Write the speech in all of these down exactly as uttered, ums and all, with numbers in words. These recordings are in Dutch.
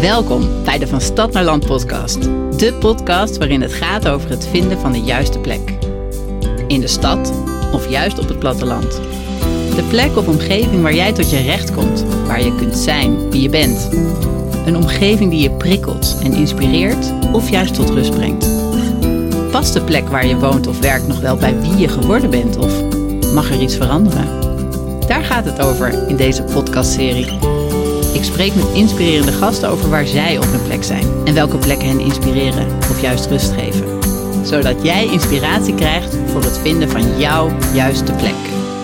Welkom bij de Van Stad naar Land podcast. De podcast waarin het gaat over het vinden van de juiste plek. In de stad of juist op het platteland. De plek of omgeving waar jij tot je recht komt. Waar je kunt zijn wie je bent. Een omgeving die je prikkelt en inspireert of juist tot rust brengt. Past de plek waar je woont of werkt nog wel bij wie je geworden bent of mag er iets veranderen? Daar gaat het over in deze podcastserie. Ik spreek met inspirerende gasten over waar zij op hun plek zijn en welke plekken hen inspireren of juist rust geven. Zodat jij inspiratie krijgt voor het vinden van jouw juiste plek.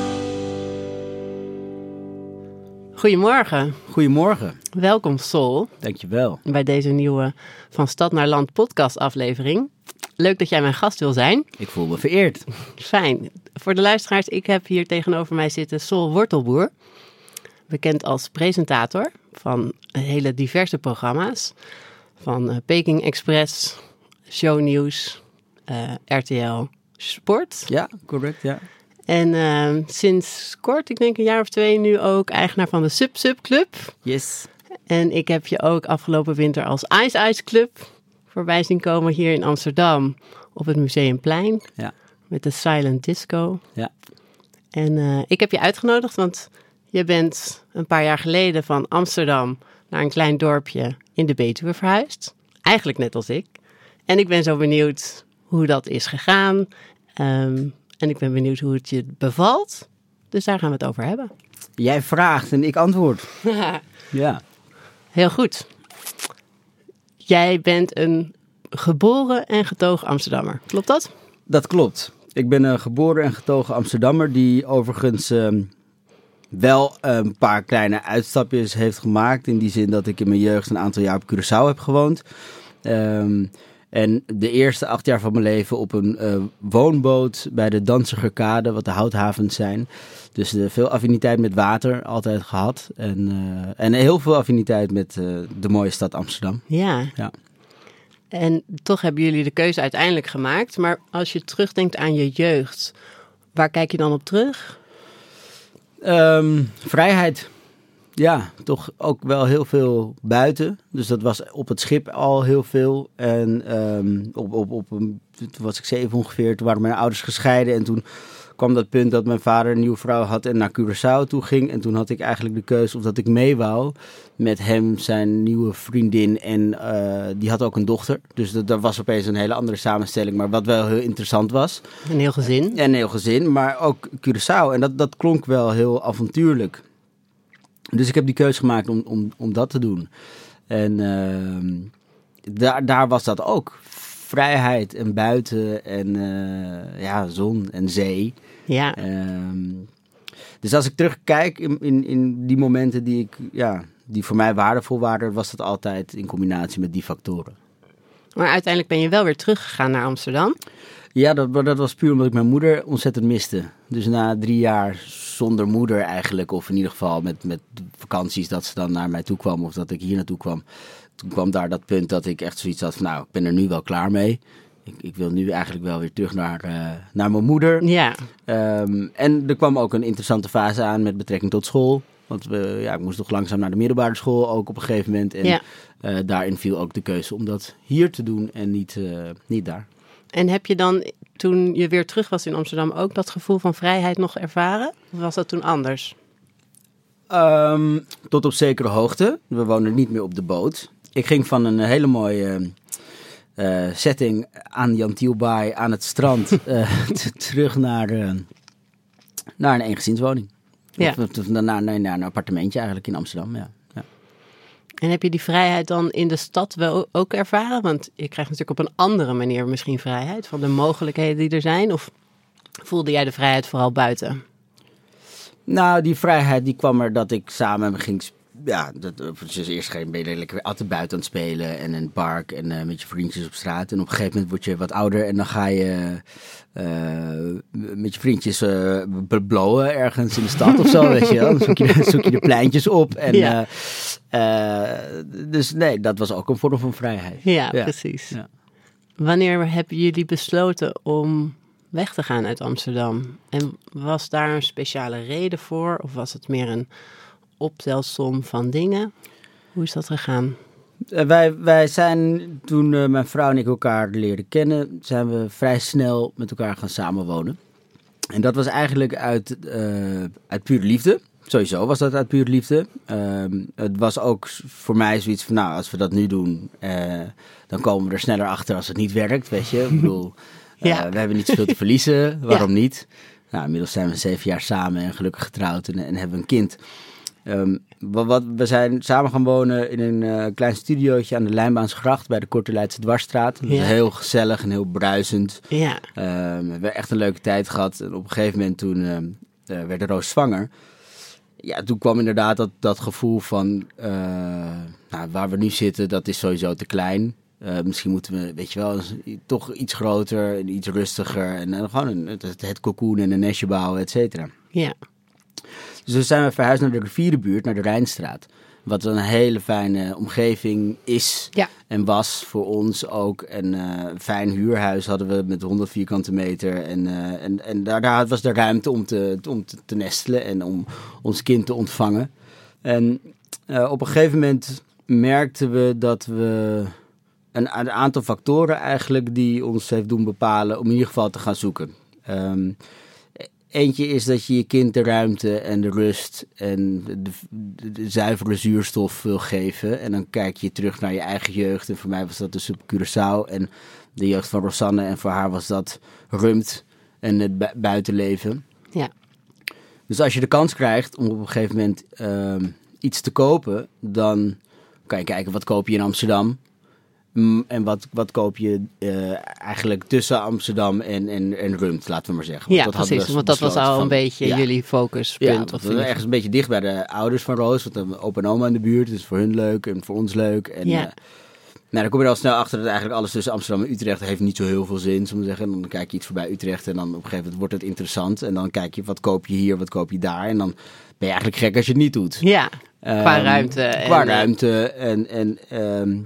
Goedemorgen. Goedemorgen. Welkom Sol. Dankjewel. Bij deze nieuwe Van Stad naar Land podcast aflevering. Leuk dat jij mijn gast wil zijn. Ik voel me vereerd. Fijn. Voor de luisteraars, ik heb hier tegenover mij zitten Sol Wortelboer. Bekend als presentator van hele diverse programma's. Van uh, Peking Express, Shownieuws, uh, R T L Sport. Ja, correct, ja. En uh, sinds kort, ik denk een jaar of twee nu ook, eigenaar van de Sub Sub Club. Yes. En ik heb je ook afgelopen winter als Ice Ice Club voorbij zien komen hier in Amsterdam. Op het Museumplein. Ja. Met de Silent Disco. Ja. En uh, ik heb je uitgenodigd, want je bent een paar jaar geleden van Amsterdam naar een klein dorpje in de Betuwe verhuisd. Eigenlijk net als ik. En ik ben zo benieuwd hoe dat is gegaan. Um, en ik ben benieuwd hoe het je bevalt. Dus daar gaan we het over hebben. Jij vraagt en ik antwoord. Ja. Heel goed. Jij bent een geboren en getogen Amsterdammer. Klopt dat? Dat klopt. Ik ben een geboren en getogen Amsterdammer die overigens um, wel een paar kleine uitstapjes heeft gemaakt. In die zin dat ik in mijn jeugd een aantal jaar op Curaçao heb gewoond. Um, en de eerste acht jaar van mijn leven op een uh, woonboot bij de Danzigerkade, wat de houthavens zijn. Dus uh, veel affiniteit met water altijd gehad. En, uh, en heel veel affiniteit met uh, de mooie stad Amsterdam. Ja. Ja. En toch hebben jullie de keuze uiteindelijk gemaakt. Maar als je terugdenkt aan je jeugd, waar kijk je dan op terug? Um, vrijheid. Ja, toch ook wel heel veel buiten. Dus dat was op het schip al heel veel. En um, op, op, op een, toen was ik zeven ongeveer, toen waren mijn ouders gescheiden. En toen kwam dat punt dat mijn vader een nieuwe vrouw had en naar Curaçao toe ging. En toen had ik eigenlijk de keuze of dat ik mee wou met hem, zijn nieuwe vriendin. En uh, die had ook een dochter. Dus dat, dat was opeens een hele andere samenstelling. Maar wat wel heel interessant was. Een heel gezin. En een heel gezin, maar ook Curaçao. En dat, dat klonk wel heel avontuurlijk. Dus ik heb die keuze gemaakt om, om, om dat te doen. En uh, daar, daar was dat ook. Vrijheid en buiten en uh, ja, zon en zee. Ja. Um, dus als ik terugkijk in, in, in die momenten die, ik, ja, die voor mij waardevol waren, was dat altijd in combinatie met die factoren. Maar uiteindelijk ben je wel weer teruggegaan naar Amsterdam. Ja, dat, dat was puur omdat ik mijn moeder ontzettend miste. Dus na drie jaar zonder moeder eigenlijk, of in ieder geval met, met vakanties dat ze dan naar mij toe kwam of dat ik hier naartoe kwam. Toen kwam daar dat punt dat ik echt zoiets had van, nou, ik ben er nu wel klaar mee. Ik, ik wil nu eigenlijk wel weer terug naar, uh, naar mijn moeder. Ja. Um, en er kwam ook een interessante fase aan met betrekking tot school. Want we, ja, ik moest toch langzaam naar de middelbare school ook op een gegeven moment. En ja. uh, daarin viel ook de keuze om dat hier te doen en niet, uh, niet daar. En heb je dan, toen je weer terug was in Amsterdam, ook dat gevoel van vrijheid nog ervaren? Of was dat toen anders? Um, tot op zekere hoogte. We woonden niet meer op de boot. Ik ging van een hele mooie uh, setting aan de Antielbaai aan het strand uh, t- terug naar, uh, naar een eengezinswoning. Ja. Of, of naar, naar, naar een appartementje eigenlijk in Amsterdam, ja. ja. En heb je die vrijheid dan in de stad wel ook ervaren? Want je krijgt natuurlijk op een andere manier misschien vrijheid van de mogelijkheden die er zijn. Of voelde jij de vrijheid vooral buiten? Nou, die vrijheid die kwam er dat ik samen ging spelen. Ja, dat, dus eerst ben je lekker altijd buiten aan het spelen en in het park en uh, met je vriendjes op straat. En op een gegeven moment word je wat ouder en dan ga je uh, met je vriendjes uh, blowen ergens in de stad of zo, weet je wel. Dan zoek je, zoek je de pleintjes op. En, ja. uh, uh, dus nee, dat was ook een vorm van vrijheid. Ja, ja. precies. Ja. Wanneer hebben jullie besloten om weg te gaan uit Amsterdam? En was daar een speciale reden voor? Of was het meer een optelsom van dingen? Hoe is dat gegaan? Uh, wij, wij zijn, toen uh, mijn vrouw en ik elkaar leerden kennen, zijn we vrij snel met elkaar gaan samenwonen. En dat was eigenlijk uit, uh, uit pure liefde. Sowieso was dat uit pure liefde. Uh, het was ook voor mij zoiets van, nou, als we dat nu doen, uh, dan komen we er sneller achter als het niet werkt, weet je. Ik bedoel, uh, ja. we hebben niet zoveel te verliezen, waarom ja. niet? Nou, inmiddels zijn we zeven jaar samen en gelukkig getrouwd en, en hebben een kind. Um, wat, wat, we zijn samen gaan wonen in een uh, klein studiootje aan de Lijnbaansgracht bij de Korte Leidse Dwarsstraat. Dat was ja. heel gezellig en heel bruisend. Ja. Um, we hebben echt een leuke tijd gehad. En op een gegeven moment toen uh, uh, werd Roos zwanger. Ja, toen kwam inderdaad dat, dat gevoel van uh, nou, waar we nu zitten, dat is sowieso te klein. Uh, misschien moeten we, weet je wel, toch iets groter en iets rustiger. En uh, gewoon een, het, het cocoon en een nestje bouwen, et cetera. Ja. Dus toen zijn we verhuisd naar de rivierenbuurt, naar de Rijnstraat. Wat een hele fijne omgeving is ja. en was voor ons ook. En uh, een fijn huurhuis hadden we met honderd vierkante meter. En, uh, en, en daar, daar was de ruimte om te, om te, te nestelen en om ons kind te ontvangen. En uh, op een gegeven moment merkten we dat we een, een aantal factoren eigenlijk die ons heeft doen bepalen om in ieder geval te gaan zoeken. Um, Eentje is dat je je kind de ruimte en de rust en de, de, de zuivere zuurstof wil geven. En dan kijk je terug naar je eigen jeugd. En voor mij was dat dus op Curaçao en de jeugd van Rosanne. En voor haar was dat Rumpt en het bu- buitenleven. Ja. Dus als je de kans krijgt om op een gegeven moment uh, iets te kopen, dan kan je kijken wat koop je in Amsterdam. En wat, wat koop je uh, eigenlijk tussen Amsterdam en, en, en Rumpt, laten we maar zeggen. Want ja, dat precies, want dat was al van, een beetje ja, jullie focuspunt. Ja, of we zijn ergens een beetje dicht bij de ouders van Roos, want dan opa en oma in de buurt. Dus voor hun leuk en voor ons leuk. En, ja. uh, nou, dan kom je er al snel achter dat eigenlijk alles tussen Amsterdam en Utrecht heeft niet zo heel veel zin, zullen we zeggen. En dan kijk je iets voorbij Utrecht en dan op een gegeven moment wordt het interessant. En dan kijk je, wat koop je hier, wat koop je daar. En dan ben je eigenlijk gek als je het niet doet. Ja, um, qua ruimte. Qua en, ruimte en... en um,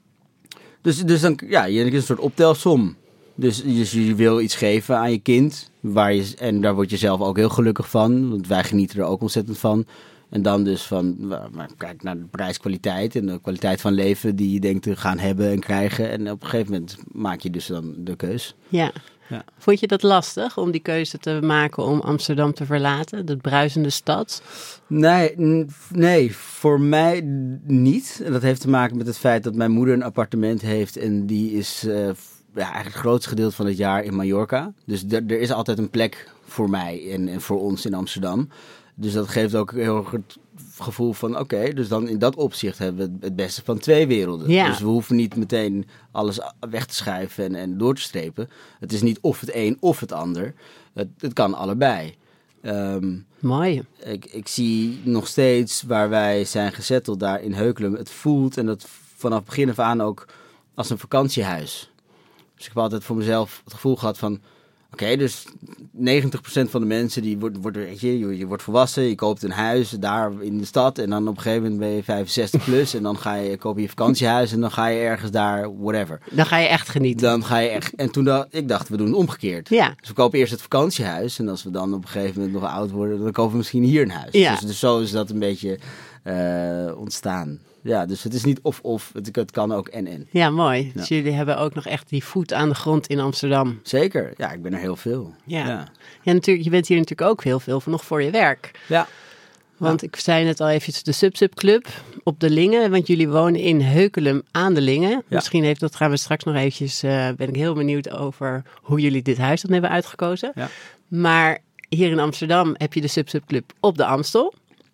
Dus, dus dan, ja, je hebt een soort optelsom. Dus, dus je wil iets geven aan je kind. Waar je, en daar word je zelf ook heel gelukkig van. Want wij genieten er ook ontzettend van. En dan dus van, maar kijk naar de prijskwaliteit en de kwaliteit van leven die je denkt te gaan hebben en krijgen. En op een gegeven moment maak je dus dan de keus. Ja. Ja. Vond je dat lastig om die keuze te maken om Amsterdam te verlaten, de bruisende stad? Nee, n- nee, voor mij niet. En dat heeft te maken met het feit dat mijn moeder een appartement heeft en die is uh, ja, eigenlijk het grootste gedeelte van het jaar in Mallorca. Dus d- er is altijd een plek voor mij en, en voor ons in Amsterdam. Dus dat geeft ook heel erg het gevoel van oké, okay, dus dan in dat opzicht hebben we het beste van twee werelden. Ja. Dus we hoeven niet meteen alles weg te schuiven en, en door te strepen. Het is niet of het een of het ander. Het, het kan allebei. Um, Mooi. Ik, ik zie nog steeds waar wij zijn gezetteld daar in Heukelum. Het voelt en dat vanaf begin af aan ook als een vakantiehuis. Dus ik heb altijd voor mezelf het gevoel gehad van oké, okay, dus negentig procent van de mensen die wordt, wordt, weet je, je, je wordt volwassen, je koopt een huis daar in de stad en dan op een gegeven moment ben je vijfenzestig plus en dan ga je koop je een vakantiehuis en dan ga je ergens daar, whatever. Dan ga je echt genieten. Dan ga je echt, en toen dacht ik dacht, we doen het omgekeerd. Ja. Dus we kopen eerst het vakantiehuis en als we dan op een gegeven moment nog oud worden, dan kopen we misschien hier een huis. Ja. Dus, dus zo is dat een beetje uh, ontstaan. Ja, dus het is niet of-of, het, het kan ook en-en. Ja, mooi. Ja. Dus jullie hebben ook nog echt die voet aan de grond in Amsterdam. Zeker, ja, ik ben er heel veel. Ja, ja. ja natuurlijk, je bent hier natuurlijk ook heel veel voor, nog voor je werk. Ja. Want ja. ik zei net al eventjes de Sub-Sub Club op de Lingen, want jullie wonen in Heukelum aan de Lingen. Ja. Misschien heeft, dat gaan we straks nog eventjes, uh, ben ik heel benieuwd over hoe jullie dit huis dan hebben uitgekozen. Ja. Maar hier in Amsterdam heb je de Sub-Sub Club op de Amstel.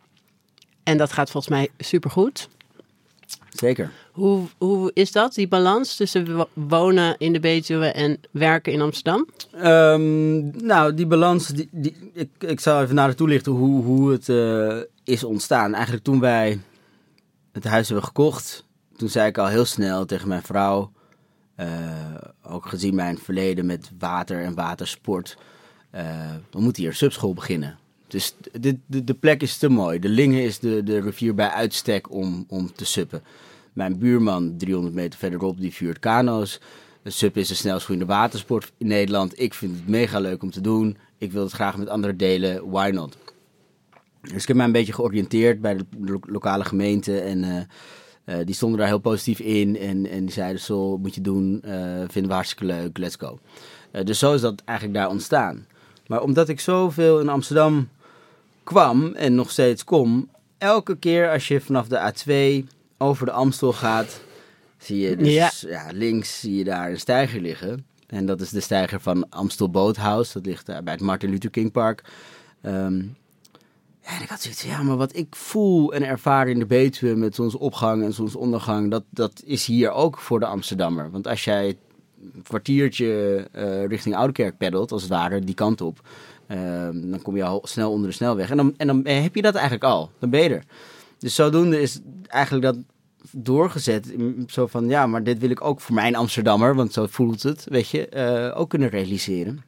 En dat gaat volgens mij supergoed. Zeker. Hoe, hoe is dat, die balans tussen wonen in de Betuwe en werken in Amsterdam? Um, nou, die balans, die, die, ik, ik zal even nader toelichten hoe, hoe het uh, is ontstaan. Eigenlijk toen wij het huis hebben gekocht, toen zei ik al heel snel tegen mijn vrouw, uh, ook gezien mijn verleden met water en watersport, uh, we moeten hier een subschool beginnen. Dus de, de, de plek is te mooi. De Lingen is de, de rivier bij uitstek om, om te suppen. Mijn buurman, driehonderd meter verderop, die vuurt kano's. De suppen is de snelst groeiende watersport in Nederland. Ik vind het mega leuk om te doen. Ik wil het graag met anderen delen. Why not? Dus ik heb mij een beetje georiënteerd bij de lo- lokale gemeente. En uh, Uh, die stonden daar heel positief in en, en die zeiden zo, moet je doen, uh, vinden we hartstikke leuk, let's go. Uh, dus zo is dat eigenlijk daar ontstaan. Maar omdat ik zoveel in Amsterdam kwam en nog steeds kom, elke keer als je vanaf de A twee over de Amstel gaat, zie je dus ja. Ja, links zie je daar een steiger liggen. En dat is de steiger van Amstel Boat House. Dat ligt daar bij het Martin Luther King Park. Um, ja, en ik had zoiets van, ja, maar wat ik voel en ervaar in de Betuwe met zonsopgang en zonsondergang, dat, dat is hier ook voor de Amsterdammer. Want als jij een kwartiertje uh, richting Oudekerk peddelt, als het ware, die kant op, uh, dan kom je al snel onder de snelweg. En dan, en dan heb je dat eigenlijk al. Dan ben je er. Dus zodoende is eigenlijk dat doorgezet. Zo van, ja, maar dit wil ik ook voor mijn Amsterdammer, want zo voelt het, weet je, uh, ook kunnen realiseren.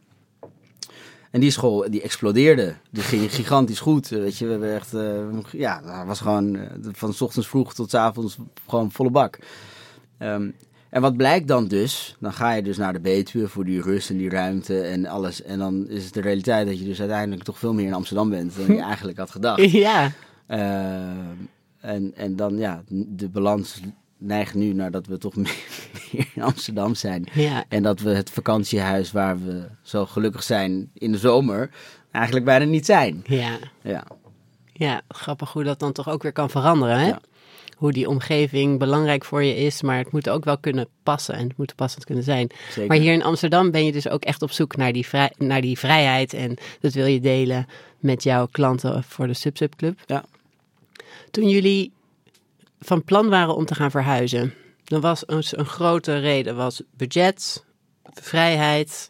En die school, die explodeerde. Die ging gigantisch goed, weet je. We hebben echt, uh, ja, het was gewoon uh, van 's ochtends vroeg tot 's avonds gewoon volle bak. Um, en wat blijkt dan dus? Dan ga je dus naar de Betuwe voor die rust en die ruimte en alles. En dan is het de realiteit dat je dus uiteindelijk toch veel meer in Amsterdam bent dan je eigenlijk had gedacht. Ja. Uh, en, en dan, ja, de balans neigt nu naar dat we toch meer, meer in Amsterdam zijn. Ja. En dat we het vakantiehuis waar we zo gelukkig zijn in de zomer eigenlijk bijna niet zijn. Ja. Ja. Ja, grappig hoe dat dan toch ook weer kan veranderen, hè? Ja. Hoe die omgeving belangrijk voor je is, maar het moet ook wel kunnen passen en het moet passend kunnen zijn. Zeker. Maar hier in Amsterdam ben je dus ook echt op zoek naar die, vrij, naar die vrijheid en dat wil je delen met jouw klanten voor de Sub-Sub Club. Ja. Toen jullie van plan waren om te gaan verhuizen, dan was een, een grote reden was budget, vrijheid,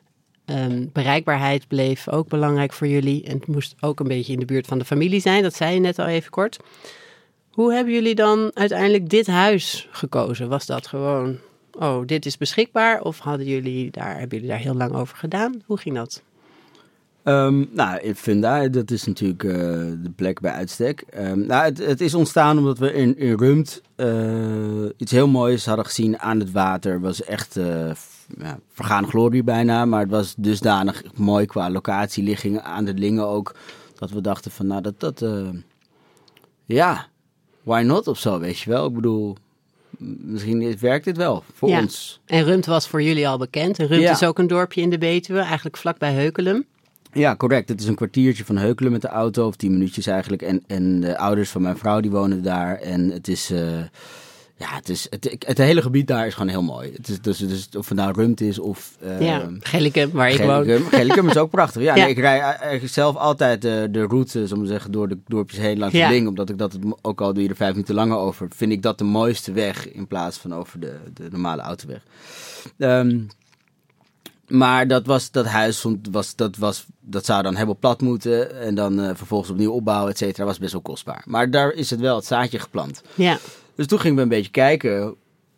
um, bereikbaarheid bleef ook belangrijk voor jullie. En het moest ook een beetje in de buurt van de familie zijn, dat zei je net al even kort. Hoe hebben jullie dan uiteindelijk dit huis gekozen? Was dat gewoon, oh, dit is beschikbaar? Of hadden jullie daar, hebben jullie daar heel lang over gedaan? Hoe ging dat? Um, nou, in Funda, dat is natuurlijk uh, de plek bij uitstek. Um, nou, het, het is ontstaan omdat we in, in Rumpt uh, iets heel moois hadden gezien aan het water. Het was echt uh, ja, vergane glorie bijna, maar het was dusdanig mooi qua locatie, ligging aan de Lingen ook, dat we dachten van, nou, dat, dat, uh, ja, why not of zo, weet je wel. Ik bedoel, misschien werkt dit wel voor ja. ons. En Rumpt was voor jullie al bekend. En Rumpt Ja. is ook een dorpje in de Betuwe, eigenlijk vlakbij Heukelum. Ja, correct. Het is een kwartiertje van Heukelum met de auto, of tien minuutjes eigenlijk. En, en de ouders van mijn vrouw, die wonen daar. En het is, uh, ja, het is, het, het hele gebied daar is gewoon heel mooi. Het is dus, dus of het nou Rumpt is of... Uh, Ja, Gellicum, waar ik Gellicum. woon. Gellicum is ook prachtig. Ja, Ja. Nee, ik rij eigenlijk zelf altijd uh, de route, zullen we zeggen, door de dorpjes heen langs Ja. de Lingen. Omdat ik dat, het, ook al doe je er vijf minuten langer over, vind ik dat de mooiste weg in plaats van over de, de normale autoweg. Um, Maar dat, was, dat huis was, dat, was, dat zou dan helemaal plat moeten. En dan uh, vervolgens opnieuw opbouwen, et cetera. Was best wel kostbaar. Maar daar is het wel het zaadje geplant. Ja, Dus toen gingen we een beetje kijken.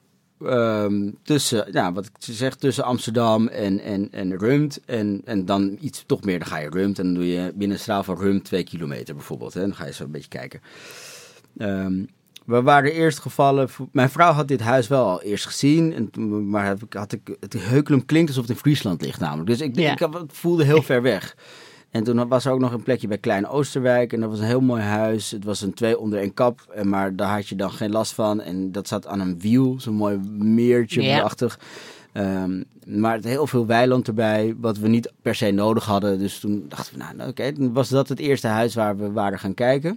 Um, tussen, ja, wat ik zeg, tussen Amsterdam en, en, en Rumpt. En, en dan iets toch meer, dan ga je Rumpt. En dan doe je binnen een straal van Rumpt twee kilometer bijvoorbeeld. Hè. Dan ga je zo een beetje kijken. Um, We waren eerst gevallen. Mijn vrouw had dit huis wel al eerst gezien. En toen, maar heb ik, had ik, het Heukelum klinkt alsof het in Friesland ligt namelijk. Dus ik, Ja. ik, ik het voelde heel ver weg. En toen was er ook nog een plekje bij Klein Oosterwijk. En dat was een heel mooi huis. Het was een twee onder één kap. En maar daar had je dan geen last van. En dat zat aan een wiel. Zo'n mooi meertje Ja. achtig. Um, maar het heel veel weiland erbij. Wat we niet per se nodig hadden. Dus toen dachten we, nou oké. Okay, dan was dat het eerste huis waar we waren gaan kijken.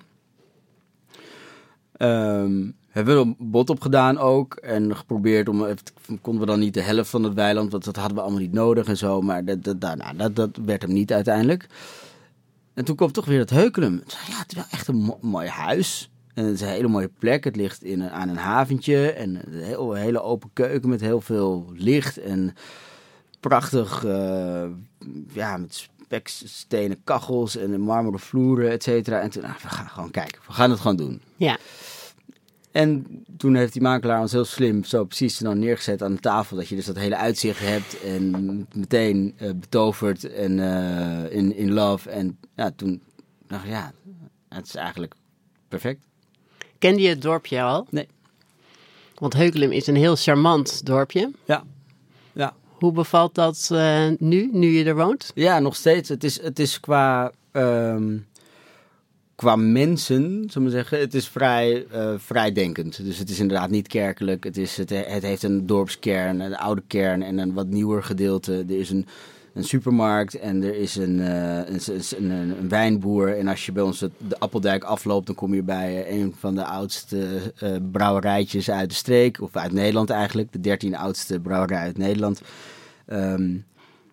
Um, hebben we er een bod op gedaan ook. En geprobeerd om... Konden we dan niet de helft van het weiland... Want dat hadden we allemaal niet nodig en zo. Maar dat, dat, nou, dat, dat werd hem niet uiteindelijk. En toen kwam toch weer het Heukelum. Ja, het is wel echt een mo- mooi huis. En het is een hele mooie plek. Het ligt in een, aan een haventje. En een heel, hele open keuken met heel veel licht. En prachtig... Uh, ja, met spekstenen kachels en marmeren vloeren, et cetera. En toen, nou, we gaan gewoon kijken. We gaan het gewoon doen. ja. En toen heeft die makelaar ons heel slim zo precies dan neergezet aan de tafel. Dat je dus dat hele uitzicht hebt en meteen uh, betoverd en uh, in, in love. En ja, toen dacht ik, ja, het is eigenlijk perfect. Kende je het dorpje al? Nee. Want Heukelum is een heel charmant dorpje. Ja, ja. Hoe bevalt dat uh, nu, nu je er woont? Ja, nog steeds. Het is, het is qua... Um, qua mensen, zullen we maar zeggen, het is vrij uh, vrijdenkend. Dus het is inderdaad niet kerkelijk. Het, is, het, het heeft een dorpskern, een oude kern en een wat nieuwer gedeelte. Er is een, een supermarkt en er is een, uh, een, een, een, een wijnboer. En als je bij ons de, de Appeldijk afloopt, dan kom je bij uh, een van de oudste uh, brouwerijtjes uit de streek. Of uit Nederland eigenlijk. De dertiende oudste brouwerij uit Nederland. Um,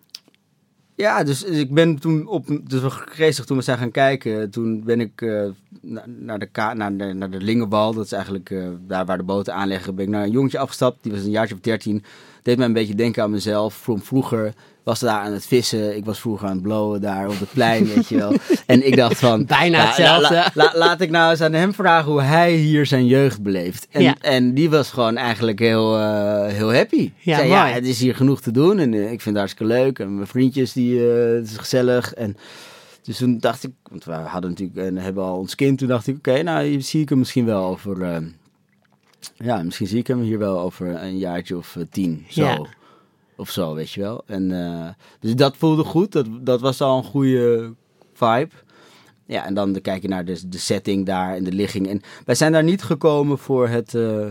Ja, dus ik ben toen op, dus wel geestig toen we zijn gaan kijken. Toen ben ik uh, na, naar, de ka- naar, de, naar de Lingenwal, dat is eigenlijk uh, daar waar de boten aanleggen, ben ik naar een jongetje afgestapt. Die was een jaartje of dertien. Deed mij een beetje denken aan mezelf. Vroeger was daar aan het vissen. Ik was vroeger aan het blowen daar op het plein, weet je wel. En ik dacht van... Bijna ja, hetzelfde. La, la, la, laat ik nou eens aan hem vragen hoe hij hier zijn jeugd beleeft. En, Ja. en die was gewoon eigenlijk heel, uh, heel happy. Ja, Zei, mooi. ja, het is hier genoeg te doen en uh, ik vind het hartstikke leuk. En mijn vriendjes, die, uh, het is gezellig. En dus toen dacht ik, want we hadden natuurlijk, en hebben al ons kind. Toen dacht ik, oké, okay, nou hier zie ik hem misschien wel over... Uh, ja, misschien zie ik hem hier wel over een jaartje of uh, tien, zo. Ja. Of zo, weet je wel. En, uh, dus dat voelde goed. Dat, dat was al een goede vibe. Ja, en dan kijk je naar de, de setting daar en de ligging. En wij zijn daar niet gekomen voor het... Uh,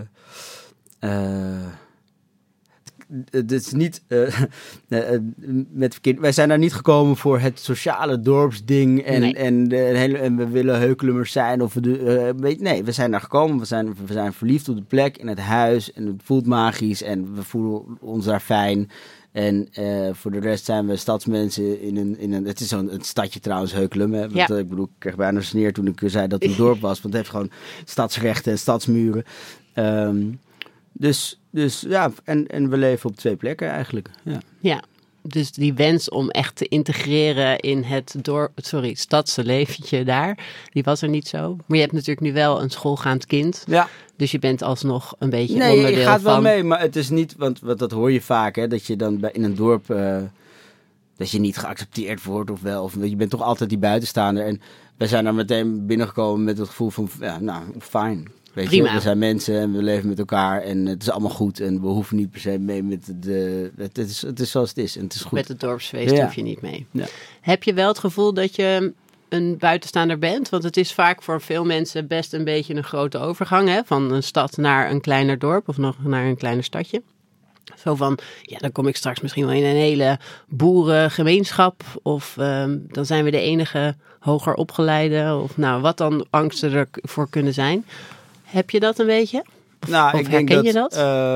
uh, het is niet... Uh, uh, met verkeerd, wij zijn daar niet gekomen voor het sociale dorpsding. En, Nee. en, uh, hele, en we willen Heukelumers zijn. Of we de, uh, weet, nee, we zijn daar gekomen. We zijn, we zijn verliefd op de plek, in het huis. En het voelt magisch. En we voelen ons daar fijn. En uh, voor de rest zijn we stadsmensen in een... In een het is zo'n een stadje trouwens, Heukelum. Hè? Want, Ja. uh, ik bedoel, ik kreeg bijna sneer toen ik zei dat het een dorp was. Want het heeft gewoon stadsrechten en stadsmuren. Um, dus, dus ja, en, en we leven op twee plekken eigenlijk. Ja. Ja, dus die wens om echt te integreren in het door, sorry, stadse leventje daar, die was er niet zo. Maar je hebt natuurlijk nu wel een schoolgaand kind. Ja. Dus je bent alsnog een beetje Nee, onderdeel je gaat van... wel mee, maar het is niet, want, want dat hoor je vaak, hè, dat je dan bij, in een dorp, uh, dat je niet geaccepteerd wordt of wel, of je bent toch altijd die buitenstaander. En wij zijn daar meteen binnengekomen met het gevoel van, ja, nou, fijn. Weet Prima. je, we zijn mensen en we leven met elkaar en het is allemaal goed en we hoeven niet per se mee met de, het is, het is zoals het is en het is goed. Met het dorpsfeest Ja. hoef je niet mee. Ja. Heb je wel het gevoel dat je een buitenstaander bent? Want het is vaak voor veel mensen best een beetje een grote overgang, hè? Van een stad naar een kleiner dorp of nog naar een kleiner stadje. Zo van, ja, dan kom ik straks misschien wel in een hele boerengemeenschap. Of um, dan zijn we de enige hoger opgeleide. Of nou, wat dan angsten ervoor kunnen zijn. Heb je dat een beetje? Of, Nou, of ik denk herken dat, je dat?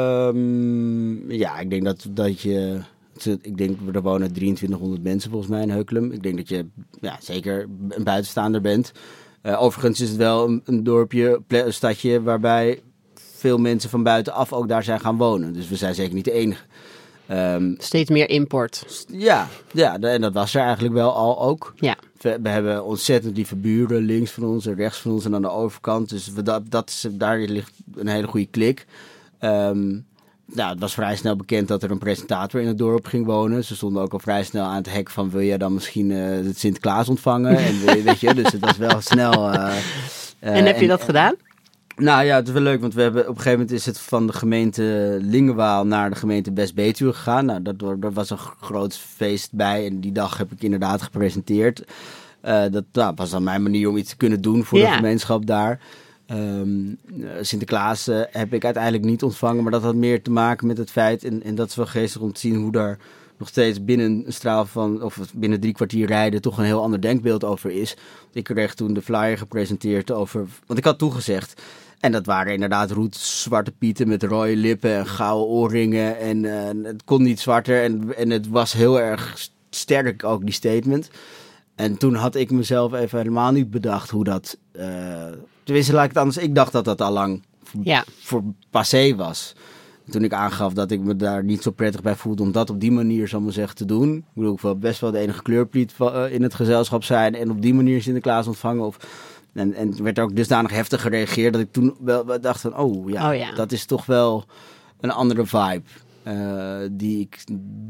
Um, ja, ik denk dat, dat je... Ik denk, er wonen drieëntwintighonderd mensen volgens mij in Heukelum. Ik denk dat je ja, zeker een buitenstaander bent. Uh, overigens is het wel een, een dorpje, een stadje waarbij veel mensen van buitenaf ook daar zijn gaan wonen. Dus we zijn zeker niet de enige. Um, Steeds meer import. Ja, ja, en dat was er eigenlijk wel al ook. Ja. We, we hebben ontzettend lieve buren, links van ons en rechts van ons en aan de overkant. Dus we, dat, dat is, daar ligt een hele goede klik. Um, nou, het was vrij snel bekend dat er een presentator in het dorp ging wonen. Ze stonden ook al vrij snel aan het hek van, wil jij dan misschien uh, het Sinterklaas ontvangen? En, weet je, dus het was wel snel... Uh, uh, en heb je en, dat gedaan? Nou ja, het is wel leuk, want we hebben op een gegeven moment is het van de gemeente Lingenwaal naar de gemeente West-Betuwe gegaan. Nou, dat, dat was een groot feest bij en die dag heb ik inderdaad gepresenteerd. Uh, dat nou, was dan mijn manier om iets te kunnen doen voor ja. de gemeenschap daar. Um, Sinterklaas uh, heb ik uiteindelijk niet ontvangen, maar dat had meer te maken met het feit, en, en dat is wel geestig om te zien hoe daar nog steeds binnen een straal van, of binnen drie kwartier rijden, toch een heel ander denkbeeld over is. Ik kreeg toen de flyer gepresenteerd over, want ik had toegezegd, en dat waren inderdaad roots zwarte pieten met rode lippen en gouden oorringen en uh, het kon niet zwarter en, en het was heel erg sterk ook, die statement. En toen had ik mezelf even helemaal niet bedacht hoe dat... Uh, tenminste, laat ik het anders... Ik dacht dat dat al lang ja. voor passé was. Toen ik aangaf dat ik me daar niet zo prettig bij voelde om dat op die manier, zal ik maar zeggen, te doen. Ik bedoel, ik wil best wel de enige kleurpliet in het gezelschap zijn en op die manier Sinterklaas ontvangen. Of, en, en werd er ook dusdanig heftig gereageerd dat ik toen wel dacht van, oh ja, oh ja. dat is toch wel een andere vibe. Uh, die ik...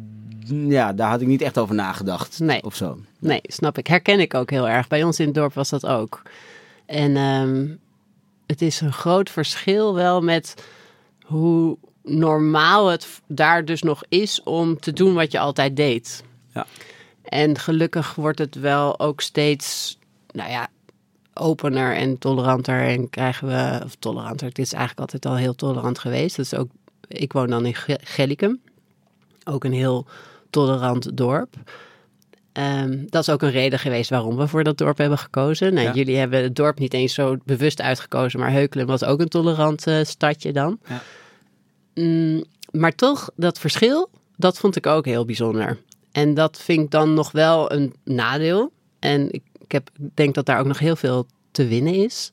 Ja, daar had ik niet echt over nagedacht. Nee. Of zo. Nee, snap ik. Herken ik ook heel erg. Bij ons in het dorp was dat ook. En um, het is een groot verschil wel met hoe normaal het daar dus nog is om te doen wat je altijd deed. Ja. En gelukkig wordt het wel ook steeds, nou ja, opener en toleranter en krijgen we, of toleranter, het is eigenlijk altijd al heel tolerant geweest. Dat is ook, ik woon dan in Gellicum, ook een heel tolerant dorp. Um, dat is ook een reden geweest waarom we voor dat dorp hebben gekozen. Nou, ja. Jullie hebben het dorp niet eens zo bewust uitgekozen, maar Heukelum was ook een tolerant uh, stadje dan. Ja. Um, maar toch, dat verschil, dat vond ik ook heel bijzonder. En dat vind ik dan nog wel een nadeel. En ik, ik heb, denk dat daar ook nog heel veel te winnen is.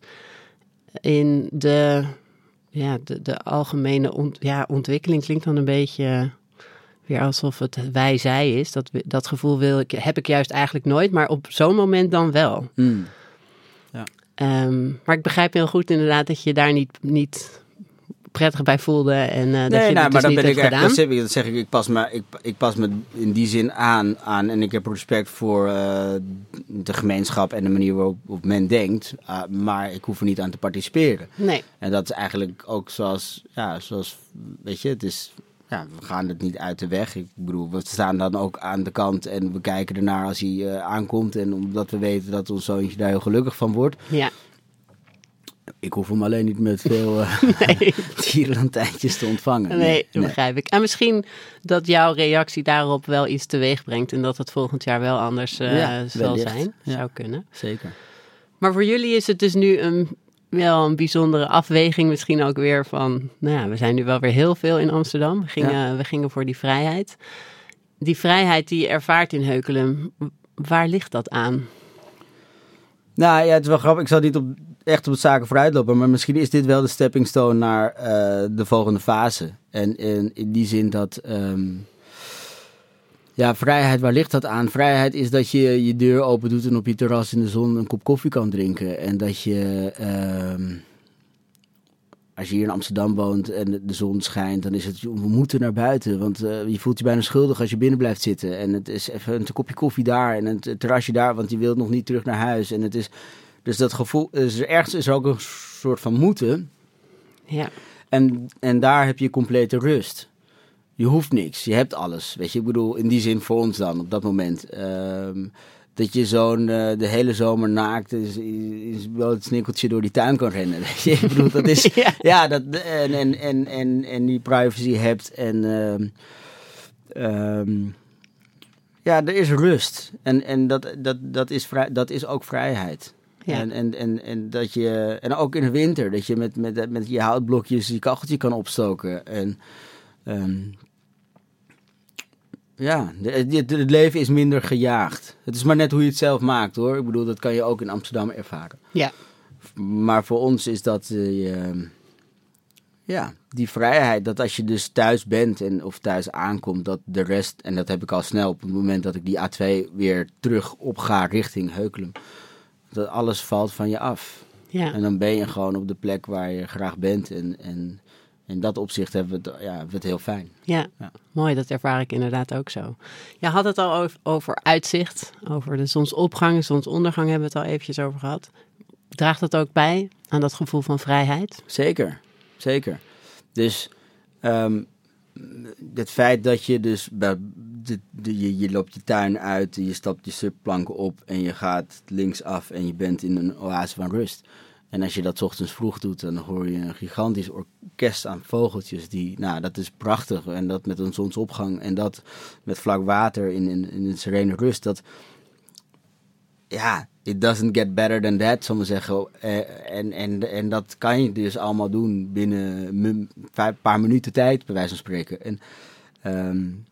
In de, ja, de, de algemene ont, ja, ontwikkeling klinkt dan een beetje weer alsof het wij-zij is. Dat, dat gevoel wil ik, heb ik juist eigenlijk nooit, maar op zo'n moment dan wel. Mm. Ja. Um, maar ik begrijp heel goed inderdaad dat je daar niet... niet prettig bij voelde en uh, dat nee, je nou, het maar dus dan niet ben hebt ik gedaan. Echt, dat, zeg ik, dat zeg ik, ik pas, me, ik, ik pas me in die zin aan, aan en ik heb respect voor uh, de gemeenschap en de manier waarop op men denkt, uh, maar ik hoef er niet aan te participeren. Nee. En dat is eigenlijk ook zoals, ja, zoals, weet je, het is, ja, we gaan het niet uit de weg. Ik bedoel, we staan dan ook aan de kant en we kijken ernaar als hij uh, aankomt en omdat we weten dat ons zoontje daar heel gelukkig van wordt. Ja. Ik hoef hem alleen niet met veel uh, nee. tierenlantijntjes te ontvangen. Nee, nee, dat begrijp ik. En misschien dat jouw reactie daarop wel iets teweeg brengt en dat het volgend jaar wel anders uh, ja, zal wellicht. zijn. Ja. Zou kunnen. Zeker. Maar voor jullie is het dus nu een, wel een bijzondere afweging misschien ook weer van, nou ja, we zijn nu wel weer heel veel in Amsterdam. We gingen, ja. we gingen voor die vrijheid. Die vrijheid die je ervaart in Heukelum, waar ligt dat aan? Nou ja, het is wel grappig. Ik zal niet op, echt op het zaken vooruitlopen, maar misschien is dit wel de stepping stone naar uh, de volgende fase. En, en in die zin dat, um, ja, vrijheid, waar ligt dat aan? Vrijheid is dat je je deur open doet en op je terras in de zon een kop koffie kan drinken. En dat je, um, als je hier in Amsterdam woont en de zon schijnt, dan is het, we moeten naar buiten. Want uh, je voelt je bijna schuldig als je binnen blijft zitten. En het is even een kopje koffie daar en een terrasje daar, want je wilt nog niet terug naar huis. En het is, dus dat gevoel, dus ergens is er ook een soort van moeten. Ja. En, en daar heb je complete rust. Je hoeft niks, je hebt alles. Weet je, ik bedoel, in die zin voor ons dan, op dat moment. Um, dat je zo'n uh, de hele zomer naakt is, is wel het snikkeltje door die tuin kan rennen. Weet je? Ik bedoel, dat is, ja, ja dat, en, en, en, en, en die privacy hebt en um, um, ja, er is rust. En, en dat, dat, dat, is vrij, dat is ook vrijheid. Ja. En, en, en, en, dat je, en ook in de winter, dat je met, met, met je houtblokjes je kacheltje kan opstoken. En um, ja, het leven is minder gejaagd. Het is maar net hoe je het zelf maakt, hoor. Ik bedoel, dat kan je ook in Amsterdam ervaren. Ja. Maar voor ons is dat, uh, ja, die vrijheid. Dat als je dus thuis bent en of thuis aankomt, dat de rest, en dat heb ik al snel op het moment dat ik die A twee weer terug opga richting Heukelum, dat alles valt van je af. Ja. En dan ben je gewoon op de plek waar je graag bent en... en in dat opzicht hebben we het, ja, hebben we het heel fijn. Ja, ja, mooi. Dat ervaar ik inderdaad ook zo. Je had het al over, over uitzicht, over de zonsopgang, zonsondergang hebben we het al eventjes over gehad. Draagt dat ook bij aan dat gevoel van vrijheid? Zeker, zeker. Dus um, het feit dat je dus, de, de, je, je loopt je tuin uit, je stapt je subplanken op en je gaat linksaf en je bent in een oase van rust. En als je dat 's ochtends vroeg doet, dan hoor je een gigantisch orkest aan vogeltjes. Die, nou, dat is prachtig. En dat met een zonsopgang en dat met vlak water in, in, in een serene rust. Dat, ja, it doesn't get better than that, zal ik maar zeggen. En, en, en dat kan je dus allemaal doen binnen een paar minuten tijd, bij wijze van spreken. En um,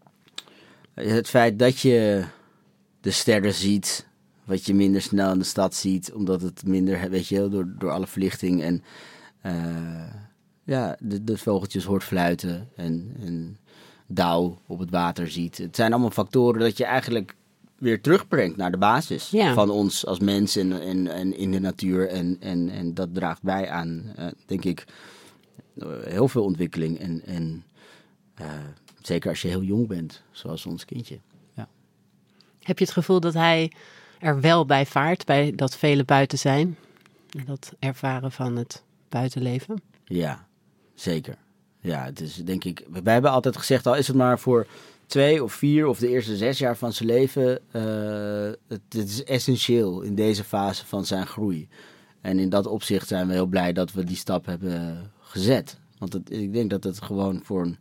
het feit dat je de sterren ziet, wat je minder snel in de stad ziet, omdat het minder, weet je, door, door alle verlichting en uh, ja, de, de vogeltjes hoort fluiten en, en dauw op het water ziet. Het zijn allemaal factoren dat je eigenlijk weer terugbrengt naar de basis ja. van ons als mens en, en, en in de natuur. En, en, en dat draagt bij aan, uh, denk ik, uh, heel veel ontwikkeling. En, en uh, zeker als je heel jong bent, zoals ons kindje. Ja. Heb je het gevoel dat hij er wel bij vaart, bij dat vele buiten zijn? Dat ervaren van het buitenleven? Ja, zeker. Ja, het is denk ik, wij hebben altijd gezegd, al is het maar voor twee of vier of de eerste zes jaar van zijn leven, uh, het, het is essentieel in deze fase van zijn groei. En in dat opzicht zijn we heel blij dat we die stap hebben gezet. Want het, ik denk dat het gewoon voor een...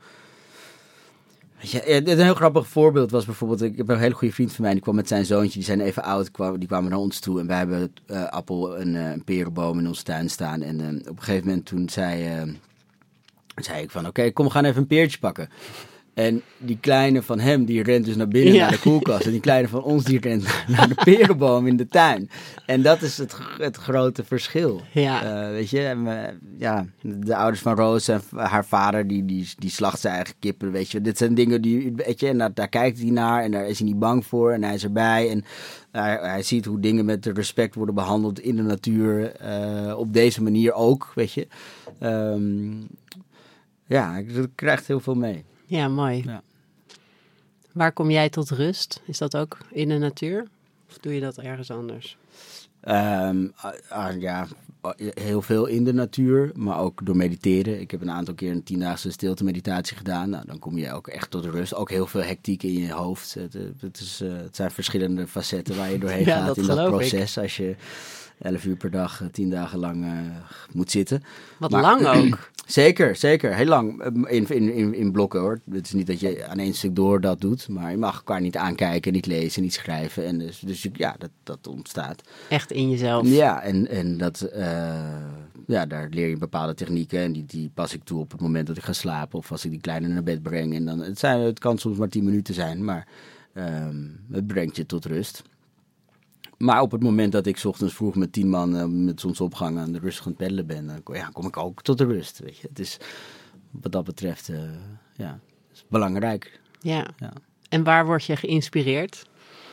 Weet je, een heel grappig voorbeeld was bijvoorbeeld... Ik heb een hele goede vriend van mij, die kwam met zijn zoontje. Die zijn even oud, kwam, die kwamen naar ons toe. En wij hebben uh, appel en uh, een perenboom in onze tuin staan. En uh, op een gegeven moment toen zei, uh, zei ik van... Oké, okay, kom, we gaan even een peertje pakken. En die kleine van hem, die rent dus naar binnen, ja. naar de koelkast. En die kleine van ons, die rent naar de perenboom in de tuin. En dat is het, het grote verschil. Ja. Uh, weet je, en, uh, ja, de ouders van Roos en haar vader, die, die, die slacht zijn eigen kippen, weet je. Dit zijn dingen die, weet je, en daar, daar kijkt hij naar en daar is hij niet bang voor. En hij is erbij en hij, hij ziet hoe dingen met respect worden behandeld in de natuur. Uh, op deze manier ook, weet je. Um, ja, ik krijg heel veel mee. Ja, mooi. Ja. Waar kom jij tot rust? Is dat ook in de natuur? Of doe je dat ergens anders? Um, uh, uh, ja, heel veel in de natuur, maar ook door mediteren. Ik heb een aantal keer een tiendaagse stilte meditatie gedaan. Nou, dan kom je ook echt tot rust. Ook heel veel hectiek in je hoofd. Het, het, is, uh, het zijn verschillende facetten waar je doorheen ja, gaat dat in dat proces. Ik. Als je elf uur per dag, tien dagen lang uh, moet zitten. Wat maar, lang ook. Zeker, zeker. Heel lang. In, in, in, in blokken hoor. Het is niet dat je aan één stuk door dat doet. Maar je mag elkaar niet aankijken, niet lezen, niet schrijven. En dus, dus ja, dat, dat ontstaat. Echt in jezelf. Ja, en, en dat, uh, ja, daar leer je bepaalde technieken. En die, die pas ik toe op het moment dat ik ga slapen. Of als ik die kleine naar bed breng. En dan, het, zijn, het kan soms maar tien minuten zijn. Maar um, het brengt je tot rust. Maar op het moment dat ik 's ochtends vroeg met tien man uh, met zonsopgang aan de rustig aan het peddelen ben, dan ja, kom ik ook tot de rust. Weet je. Het is wat dat betreft uh, ja, is belangrijk. Ja. ja. En waar word je geïnspireerd?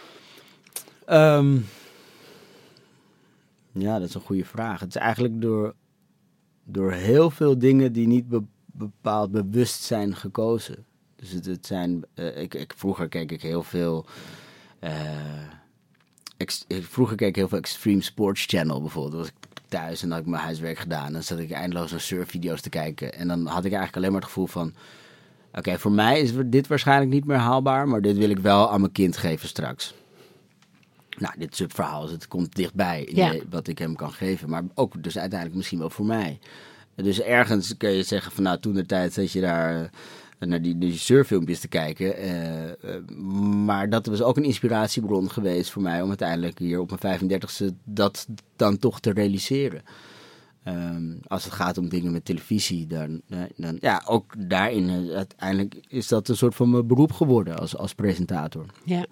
Um, ja, dat is een goede vraag. Het is eigenlijk door, door heel veel dingen die niet be- bepaald bewust zijn gekozen. Dus het, het zijn, uh, ik, ik, vroeger keek ik heel veel... Uh, Ex- vroeger keek ik heel veel Extreme Sports Channel bijvoorbeeld. Dan was ik thuis en had ik mijn huiswerk gedaan. En dan zat ik eindeloos naar surfvideo's te kijken. En dan had ik eigenlijk alleen maar het gevoel van... Oké, okay, voor mij is dit waarschijnlijk niet meer haalbaar... maar dit wil ik wel aan mijn kind geven straks. Nou, dit subverhaal, dus het komt dichtbij in ja. wat ik hem kan geven. Maar ook dus uiteindelijk misschien wel voor mij. Dus ergens kun je zeggen van... nou, toen de tijd dat je daar... Uh, naar die, die surffilmpjes te kijken. Uh, uh, maar dat was ook een inspiratiebron geweest voor mij... om uiteindelijk hier op mijn vijfendertigste dat dan toch te realiseren. Um, als het gaat om dingen met televisie, dan... Uh, dan ja, ook daarin uh, uiteindelijk is dat een soort van mijn beroep geworden als, als presentator. Ja.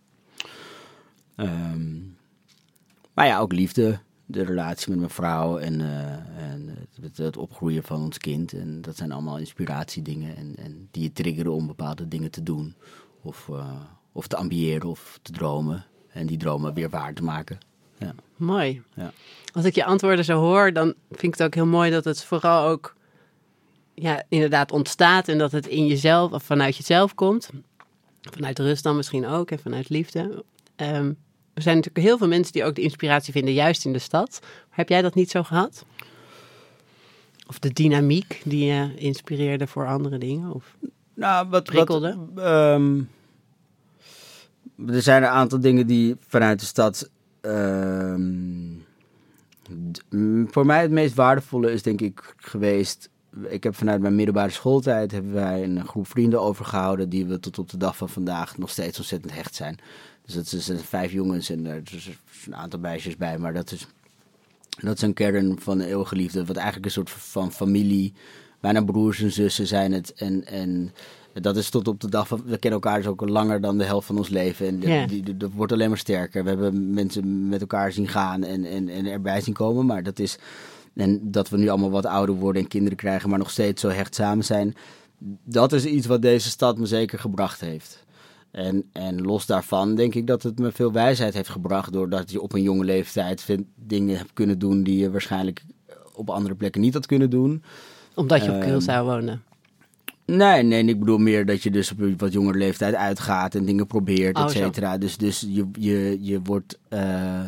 Um, maar ja, ook liefde... de relatie met mijn vrouw en, uh, en het, het opgroeien van ons kind. En dat zijn allemaal inspiratiedingen en, en die je triggeren om bepaalde dingen te doen. Of, uh, of te ambiëren of te dromen. En die dromen weer waar te maken. Ja. Mooi. Ja. Als ik je antwoorden zo hoor, dan vind ik het ook heel mooi dat het vooral ook ja, inderdaad ontstaat. En dat het in jezelf of vanuit jezelf komt. Vanuit rust dan misschien ook en vanuit liefde. Um, Er zijn natuurlijk heel veel mensen die ook de inspiratie vinden juist in de stad. Heb jij dat niet zo gehad? Of de dynamiek die je inspireerde voor andere dingen? Of nou, wat, prikkelde? Wat, um, er zijn een aantal dingen die vanuit de stad... Um, d- voor mij het meest waardevolle is denk ik geweest... Ik heb vanuit mijn middelbare schooltijd... hebben wij een groep vrienden overgehouden... die we tot op de dag van vandaag nog steeds ontzettend hecht zijn... Dus dat zijn vijf jongens en er is een aantal meisjes bij. Maar dat is, dat is een kern van de eeuwige liefde. Wat eigenlijk een soort van familie. Bijna broers en zussen zijn het. En, en dat is tot op de dag van... We kennen elkaar dus ook langer dan de helft van ons leven. En yeah. die, die, dat wordt alleen maar sterker. We hebben mensen met elkaar zien gaan en, en, en erbij zien komen. Maar dat is... En dat we nu allemaal wat ouder worden en kinderen krijgen... maar nog steeds zo hecht samen zijn. Dat is iets wat deze stad me zeker gebracht heeft. En, en los daarvan denk ik dat het me veel wijsheid heeft gebracht... doordat je op een jonge leeftijd vind, dingen hebt kunnen doen... die je waarschijnlijk op andere plekken niet had kunnen doen. Omdat je op um, Curaçao woonde? Nee, nee, ik bedoel meer dat je dus op een wat jongere leeftijd uitgaat... en dingen probeert, oh, et cetera. Dus, dus je, je, je wordt... Uh,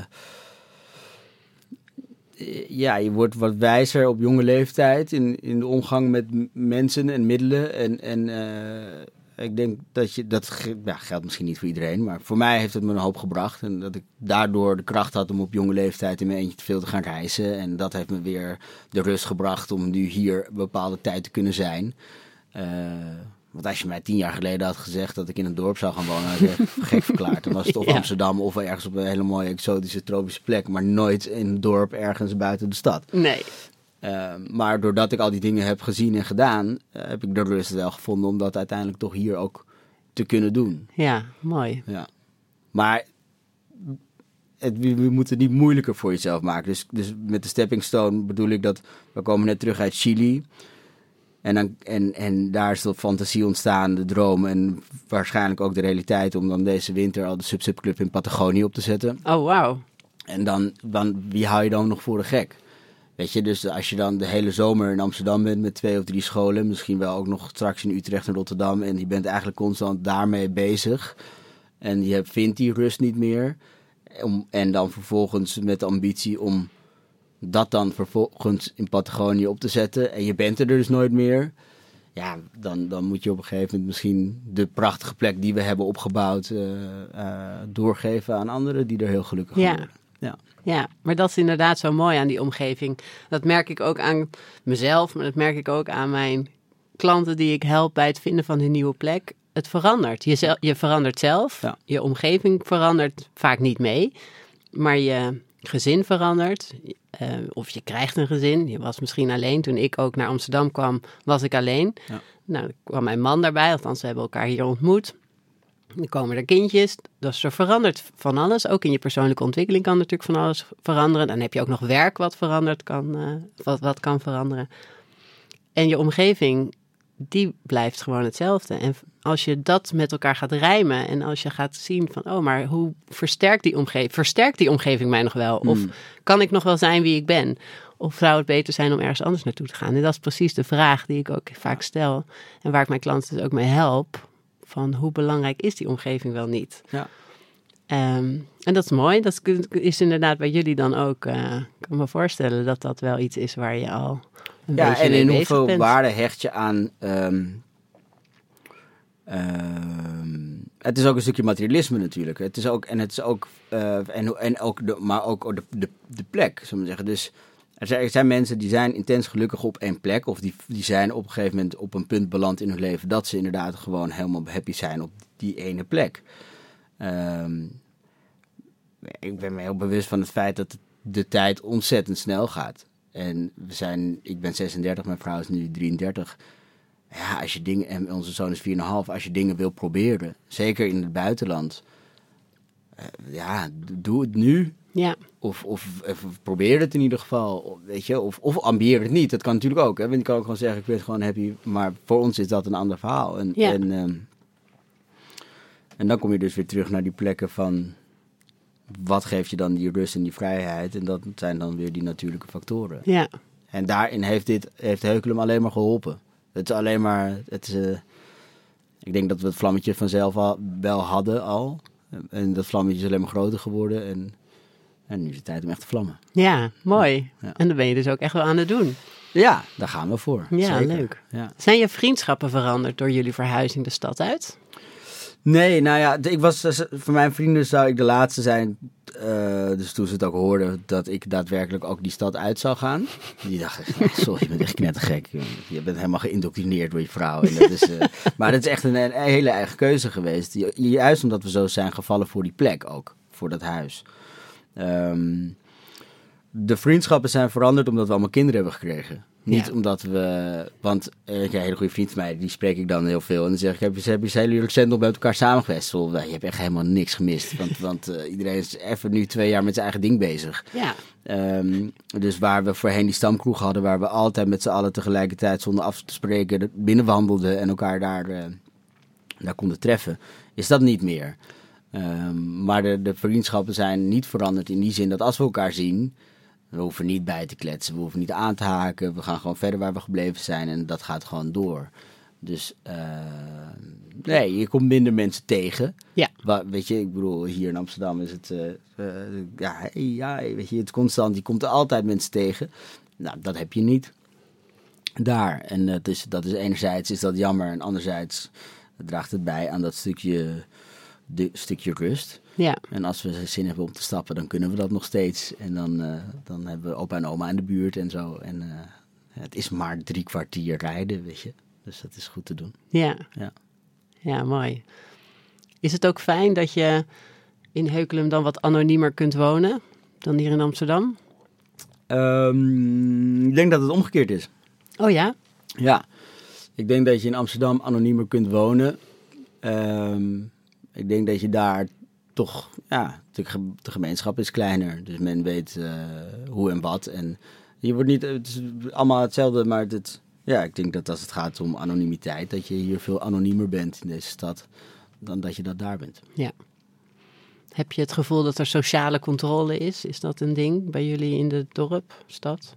ja, je wordt wat wijzer op jonge leeftijd... in, in de omgang met mensen en middelen en... en uh, Ik denk dat je, dat ja, geldt misschien niet voor iedereen, maar voor mij heeft het me een hoop gebracht. En dat ik daardoor de kracht had om op jonge leeftijd in mijn eentje te veel te gaan reizen. En dat heeft me weer de rust gebracht om nu hier een bepaalde tijd te kunnen zijn. Uh, want als je mij tien jaar geleden had gezegd dat ik in een dorp zou gaan wonen, had ik echt gek verklaard. Dan was het of ja. Amsterdam of ergens op een hele mooie exotische tropische plek, maar nooit in een dorp ergens buiten de stad. Nee. Uh, maar doordat ik al die dingen heb gezien en gedaan, uh, heb ik de rust wel gevonden om dat uiteindelijk toch hier ook te kunnen doen. Ja, mooi. Ja. Maar het, we, we moeten het niet moeilijker voor jezelf maken. Dus, dus met de stepping stone bedoel ik dat we komen net terug uit Chili. En, dan, en, en daar is de fantasie ontstaan, de droom en waarschijnlijk ook de realiteit om dan deze winter al de Sub-Sub Club in Patagonië op te zetten. Oh, wauw. En dan, dan, wie hou je dan nog voor de gek? Weet je, dus als je dan de hele zomer in Amsterdam bent met twee of drie scholen, misschien wel ook nog straks in Utrecht en Rotterdam, en je bent eigenlijk constant daarmee bezig en je vindt die rust niet meer, om, en dan vervolgens met de ambitie om dat dan vervolgens in Patagonië op te zetten en je bent er dus nooit meer, ja, dan, dan moet je op een gegeven moment misschien de prachtige plek die we hebben opgebouwd uh, uh, doorgeven aan anderen die er heel gelukkig van ja. worden. Ja. Ja, maar dat is inderdaad zo mooi aan die omgeving. Dat merk ik ook aan mezelf, maar dat merk ik ook aan mijn klanten die ik help bij het vinden van hun nieuwe plek. Het verandert. Je, zel, je verandert zelf, ja. Je omgeving verandert vaak niet mee, maar je gezin verandert. Uh, of je krijgt een gezin. Je was misschien alleen. Toen ik ook naar Amsterdam kwam, was ik alleen. Ja. Nou, dan kwam mijn man daarbij, althans we hebben elkaar hier ontmoet. Dan komen er kindjes, dus er verandert van alles. Ook in je persoonlijke ontwikkeling kan natuurlijk van alles veranderen. Dan heb je ook nog werk wat verandert, kan, uh, wat, wat kan veranderen. En je omgeving, die blijft gewoon hetzelfde. En als je dat met elkaar gaat rijmen en als je gaat zien van, oh, maar hoe versterkt die omgeving, versterkt die omgeving mij nog wel? Of mm. kan ik nog wel zijn wie ik ben? Of zou het beter zijn om ergens anders naartoe te gaan? En dat is precies de vraag die ik ook vaak stel en waar ik mijn klanten dus ook mee help. Van hoe belangrijk is die omgeving wel niet? Ja. Um, en dat is mooi. Dat is inderdaad bij jullie dan ook. Uh, ik kan me voorstellen dat dat wel iets is waar je al een ja, beetje en mee in bezig hoeveel bent. waarde hecht je aan... Um, um, het is ook een stukje materialisme natuurlijk. Het is ook, en het is ook... Uh, en, en ook de, maar ook de, de, de plek, zullen we zeggen. Dus er zijn, er zijn mensen die zijn intens gelukkig op één plek. Of die, die zijn op een gegeven moment op een punt beland in hun leven dat ze inderdaad gewoon helemaal happy zijn op die ene plek. Um, ik ben me heel bewust van het feit dat de tijd ontzettend snel gaat. En we zijn, ik ben zesendertig, mijn vrouw is nu drieëndertig. Ja, als je dingen, en onze zoon is vier komma vijf, als je dingen wil proberen, zeker in het buitenland, uh, ja, doe het nu. Ja. Of, of, of probeer het in ieder geval, weet je, of, of ambieer het niet. Dat kan natuurlijk ook, hè. Want je kan ook gewoon zeggen, ik ben gewoon happy, maar voor ons is dat een ander verhaal. En, ja. en, um, en dan kom je dus weer terug naar die plekken van, wat geeft je dan die rust en die vrijheid? En dat zijn dan weer die natuurlijke factoren. Ja. En daarin heeft dit, heeft Heukelum alleen maar geholpen. Het is alleen maar, het is, uh, ik denk dat we het vlammetje vanzelf al, wel hadden al. En dat vlammetje is alleen maar groter geworden en... En nu is het tijd om echt te vlammen. Ja, mooi. Ja. En dan ben je dus ook echt wel aan het doen. Ja, daar gaan we voor. Ja, zeker. Leuk. Ja. Zijn je vriendschappen veranderd door jullie verhuizing de stad uit? Nee, nou ja, ik was, voor mijn vrienden zou ik de laatste zijn. Uh, dus toen ze het ook hoorden dat ik daadwerkelijk ook die stad uit zou gaan. Die dachten, sorry, je bent echt knettergek. Je bent helemaal geïndoctrineerd door je vrouw. En dat is, uh, maar dat is echt een, een hele eigen keuze geweest. Juist omdat we zo zijn gevallen voor die plek ook. Voor dat huis. Um, de vriendschappen zijn veranderd omdat we allemaal kinderen hebben gekregen. Niet ja. omdat we... Want uh, een hele goede vriend van mij, die spreek ik dan heel veel. En dan zeg ik, heb je, heb je zijn jullie recent nog met elkaar samen geweest? Je hebt echt helemaal niks gemist. Want, want uh, iedereen is even nu twee jaar met zijn eigen ding bezig. Ja. Um, dus waar we voorheen die stamkroeg hadden, waar we altijd met z'n allen tegelijkertijd zonder af te spreken binnenwandelden en elkaar daar, uh, daar konden treffen, is dat niet meer. Um, maar de, de vriendschappen zijn niet veranderd in die zin dat als we elkaar zien, we hoeven niet bij te kletsen, we hoeven niet aan te haken, we gaan gewoon verder waar we gebleven zijn en dat gaat gewoon door. Dus uh, nee, je komt minder mensen tegen. Ja. Wa, weet je, ik bedoel, hier in Amsterdam is het, uh, uh, ja, hey, ja, weet je, het is constant, je komt er altijd mensen tegen. Nou, dat heb je niet daar. En dat is, dat is enerzijds is dat jammer en anderzijds draagt het bij aan dat stukje, de, stukje rust. Ja. En als we zin hebben om te stappen, dan kunnen we dat nog steeds. En dan, uh, dan hebben we opa en oma in de buurt en zo. En uh, het is maar drie kwartier rijden, weet je. Dus dat is goed te doen. Ja. Ja. Ja, mooi. Is het ook fijn dat je in Heukelum dan wat anoniemer kunt wonen dan hier in Amsterdam? Um, ik denk dat het omgekeerd is. Oh ja? Ja. Ik denk dat je in Amsterdam anoniemer kunt wonen. Um, ik denk dat je daar toch, ja, de, de gemeenschap is kleiner. Dus men weet uh, hoe en wat. En je wordt niet, het is allemaal hetzelfde, maar het, ja, ik denk dat als het gaat om anonimiteit, dat je hier veel anoniemer bent in deze stad dan dat je dat daar bent. Ja. Heb je het gevoel dat er sociale controle is? Is dat een ding bij jullie in het dorp, stad?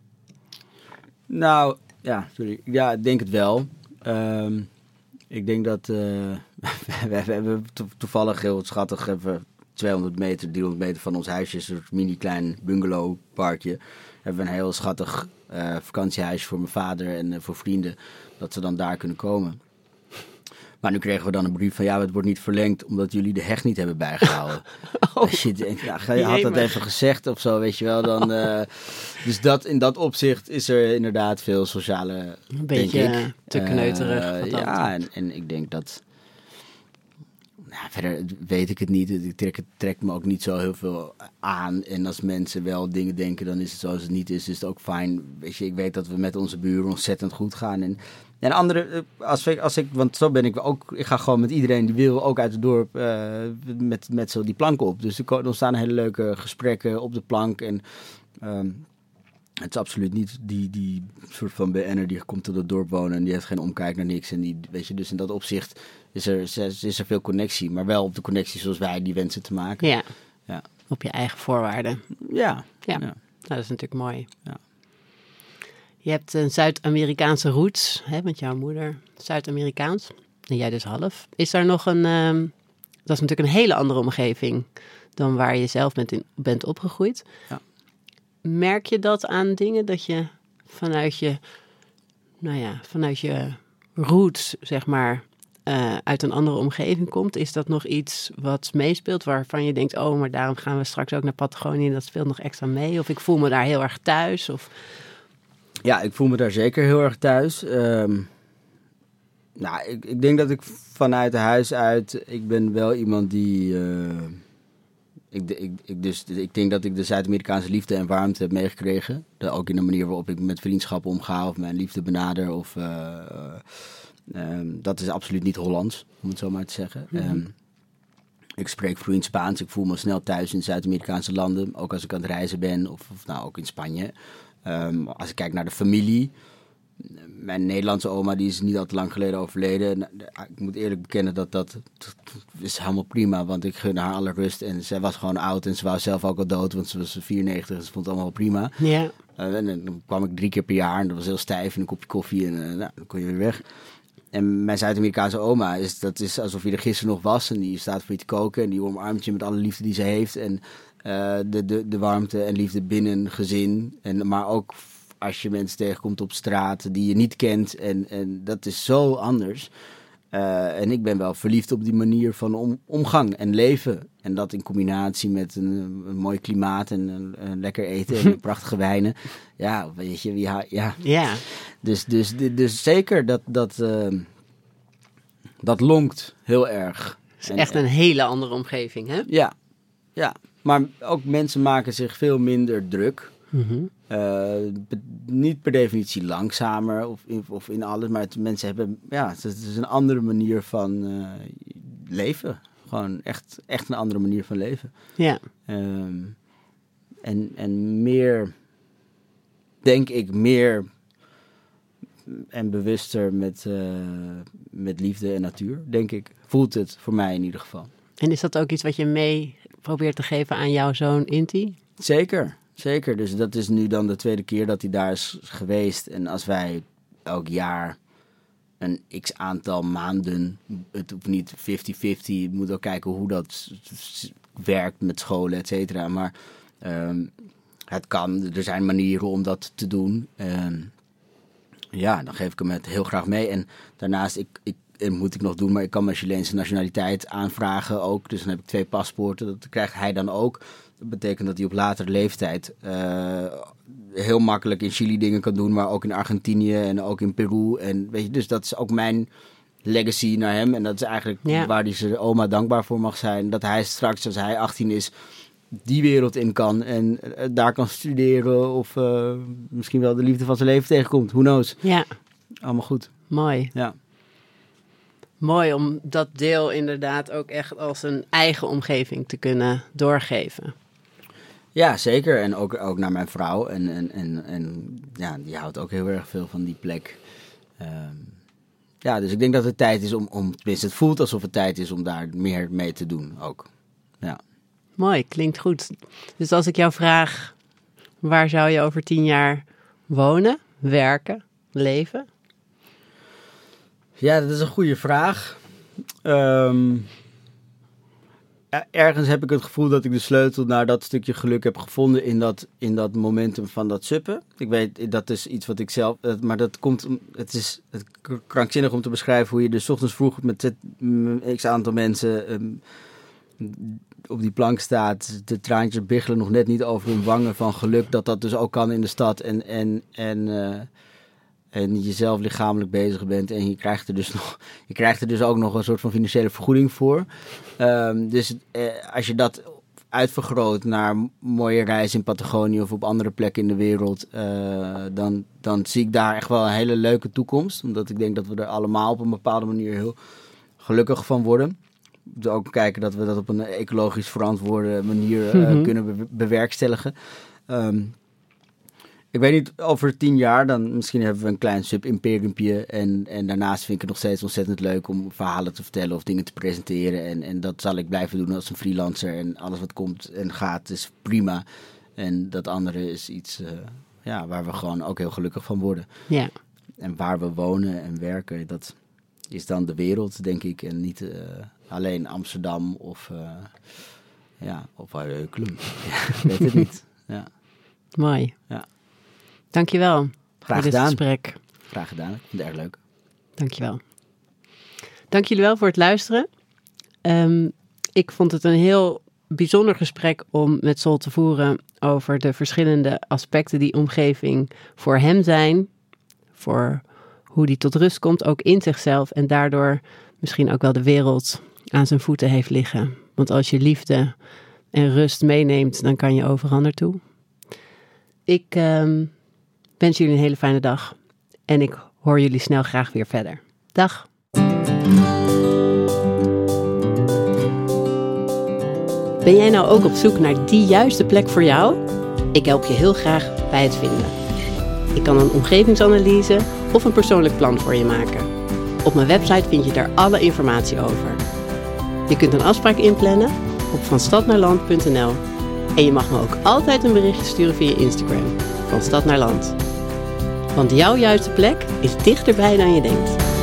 Nou, ja, sorry. Ja, ik denk het wel. Um, ik denk dat uh, we, we hebben to- toevallig heel schattig even tweehonderd meter, driehonderd meter van ons huisje, een soort mini klein bungalowparkje. Hebben we een heel schattig uh, vakantiehuisje voor mijn vader en uh, voor vrienden, dat ze dan daar kunnen komen. Maar nu kregen we dan een brief van, ja, het wordt niet verlengd omdat jullie de heg niet hebben bijgehouden. Oh. Als je denkt, ja, je had dat even gezegd of zo, weet je wel. Dan, uh, dus dat, in dat opzicht is er inderdaad veel sociale, Een beetje denk ik. te kneuterig. Uh, ja, en, en ik denk dat... Nou, verder weet ik het niet. Ik trek, het trekt me ook niet zo heel veel aan. En als mensen wel dingen denken, dan is het zoals het niet is. Is het ook fijn. Weet je, ik weet dat we met onze buren ontzettend goed gaan. En, en andere, als ik, als ik, want zo ben ik ook. Ik ga gewoon met iedereen die wil, ook uit het dorp, uh, met, met zo die plank op. Dus er ontstaan hele leuke gesprekken op de plank. En um, het is absoluut niet die, die soort van B N'er die komt tot het dorp wonen en die heeft geen omkijk naar niks. En die, weet je, dus in dat opzicht is er, is er veel connectie. Maar wel op de connectie zoals wij die wensen te maken. Ja, ja. Op je eigen voorwaarden. Ja. Ja, ja. Nou, dat is natuurlijk mooi. Ja. Je hebt een Zuid-Amerikaanse roots, hè, met jouw moeder Zuid-Amerikaans. En jij dus half. Is er nog een... Um, dat is natuurlijk een hele andere omgeving dan waar je zelf bent, in, bent opgegroeid. Ja. Merk je dat aan dingen dat je vanuit je, nou ja, vanuit je roots, zeg maar, uh, uit een andere omgeving komt? Is dat nog iets wat meespeelt waarvan je denkt, oh, maar daarom gaan we straks ook naar Patagonië en dat speelt nog extra mee? Of ik voel me daar heel erg thuis? Of... Ja, ik voel me daar zeker heel erg thuis. Um, nou, ik, ik denk dat ik vanuit huis uit, ik ben wel iemand die... Uh, Ik, ik, ik, dus, ik denk dat ik de Zuid-Amerikaanse liefde en warmte heb meegekregen. De, ook in de manier waarop ik met vriendschappen omga of mijn liefde benader. Of, uh, uh, um, dat is absoluut niet Hollands, om het zo maar te zeggen. Mm-hmm. Um, ik spreek vloeiend Spaans. Ik voel me snel thuis in Zuid-Amerikaanse landen. Ook als ik aan het reizen ben of, of nou ook in Spanje. Um, als ik kijk naar de familie... Mijn Nederlandse oma die is niet al te lang geleden overleden. Ik moet eerlijk bekennen dat dat, dat is helemaal prima. Want ik gun haar alle rust. En zij was gewoon oud en ze was zelf ook al dood. Want ze was vierennegentig en ze vond het allemaal prima. Ja. Uh, en dan kwam ik drie keer per jaar. En dat was heel stijf. En een kopje koffie. En uh, nou, dan kon je weer weg. En mijn Zuid-Amerikaanse oma, is, dat is alsof je er gisteren nog was. En die staat voor je te koken. En die omarmt je met alle liefde die ze heeft. En uh, de, de, de warmte en liefde binnen gezin. En, maar ook... als je mensen tegenkomt op straat die je niet kent. En, en dat is zo anders. Uh, en ik ben wel verliefd op die manier van om, omgang en leven. En dat in combinatie met een, een mooi klimaat en een, een lekker eten en prachtige wijnen. Ja, weet je, ja. ja. ja. Dus, dus, dus zeker, dat, dat, uh, dat lonkt heel erg. Het is echt een hele andere omgeving, hè? Ja, ja. Maar ook mensen maken zich veel minder druk. Mm-hmm. Uh, niet per definitie langzamer of in, of in alles, maar het, mensen hebben, ja, het is een andere manier van uh, leven. Gewoon echt, echt een andere manier van leven. Ja. Um, en, en meer, denk ik, meer en bewuster met, uh, met liefde en natuur, denk ik. Voelt het voor mij in ieder geval. En is dat ook iets wat je mee probeert te geven aan jouw zoon Inti? Zeker. Zeker, dus dat is nu dan de tweede keer dat hij daar is geweest. En als wij elk jaar een x-aantal maanden, het hoeft niet vijftig vijftig, je moet ook kijken hoe dat werkt met scholen, et cetera. Maar um, het kan, er zijn manieren om dat te doen. Um, ja, dan geef ik hem het heel graag mee. En daarnaast, ik, ik, en moet ik nog doen, maar ik kan mijn Chileense nationaliteit aanvragen ook. Dus dan heb ik twee paspoorten, dat krijgt hij dan ook. Dat betekent dat hij op latere leeftijd uh, heel makkelijk in Chili dingen kan doen, maar ook in Argentinië en ook in Peru. En weet je, dus dat is ook mijn legacy naar hem. En dat is eigenlijk ja. waar hij zijn oma dankbaar voor mag zijn. Dat hij straks, als hij achttien is, die wereld in kan en uh, daar kan studeren of uh, misschien wel de liefde van zijn leven tegenkomt. Who knows? Ja. Allemaal goed. Mooi. Ja. Mooi om dat deel inderdaad ook echt als een eigen omgeving te kunnen doorgeven. Ja, zeker. En ook, ook naar mijn vrouw. En, en, en, en ja, die houdt ook heel erg veel van die plek. Um, ja, dus ik denk dat het tijd is om, om, tenminste het voelt alsof het tijd is om daar meer mee te doen ook. Ja. Mooi, klinkt goed. Dus als ik jou vraag, waar zou je over tien jaar wonen, werken, leven? Ja, dat is een goede vraag. Um, ergens heb ik het gevoel dat ik de sleutel naar dat stukje geluk heb gevonden in dat, in dat momentum van dat suppen. Ik weet, dat is iets wat ik zelf... Maar dat komt... Het is het krankzinnig om te beschrijven hoe je dus 's ochtends vroeg met x aantal mensen um, op die plank staat. De traantjes biggelen nog net niet over hun wangen van geluk. Dat dat dus ook kan in de stad. En... en, en uh, en jezelf lichamelijk bezig bent en je krijgt er dus nog, je krijgt er dus ook nog een soort van financiële vergoeding voor. Um, dus eh, als je dat uitvergroot naar mooie reizen in Patagonië of op andere plekken in de wereld, uh, dan, dan zie ik daar echt wel een hele leuke toekomst. Omdat ik denk dat we er allemaal op een bepaalde manier heel gelukkig van worden. Dus ook kijken dat we dat op een ecologisch verantwoorde manier uh, mm-hmm. kunnen be- bewerkstelligen. Um, Ik weet niet, over tien jaar, dan misschien hebben we een klein sub-imperiumpje. En, en daarnaast vind ik het nog steeds ontzettend leuk om verhalen te vertellen of dingen te presenteren. En, en dat zal ik blijven doen als een freelancer. En alles wat komt en gaat is prima. En dat andere is iets uh, ja, waar we gewoon ook heel gelukkig van worden. Ja. En waar we wonen en werken, dat is dan de wereld, denk ik. En niet uh, alleen Amsterdam of, uh, ja, of Heukelen. Ja, weet het niet. Ja. Mooi. Ja. Dankjewel Graag voor dit gedaan. gesprek. Graag gedaan. Ik vond het erg leuk. Dankjewel. Dank jullie wel voor het luisteren. Um, ik vond het een heel bijzonder gesprek om met Sol te voeren over de verschillende aspecten die omgeving voor hem zijn. Voor hoe die tot rust komt, ook in zichzelf. En daardoor misschien ook wel de wereld aan zijn voeten heeft liggen. Want als je liefde en rust meeneemt, dan kan je overal naartoe. Ik um, wens jullie een hele fijne dag. En ik hoor jullie snel graag weer verder. Dag. Ben jij nou ook op zoek naar die juiste plek voor jou? Ik help je heel graag bij het vinden. Ik kan een omgevingsanalyse of een persoonlijk plan voor je maken. Op mijn website vind je daar alle informatie over. Je kunt een afspraak inplannen op van stad naar land punt n l. En je mag me ook altijd een berichtje sturen via Instagram, van Stad naar Land. Want jouw juiste plek is dichterbij dan je denkt.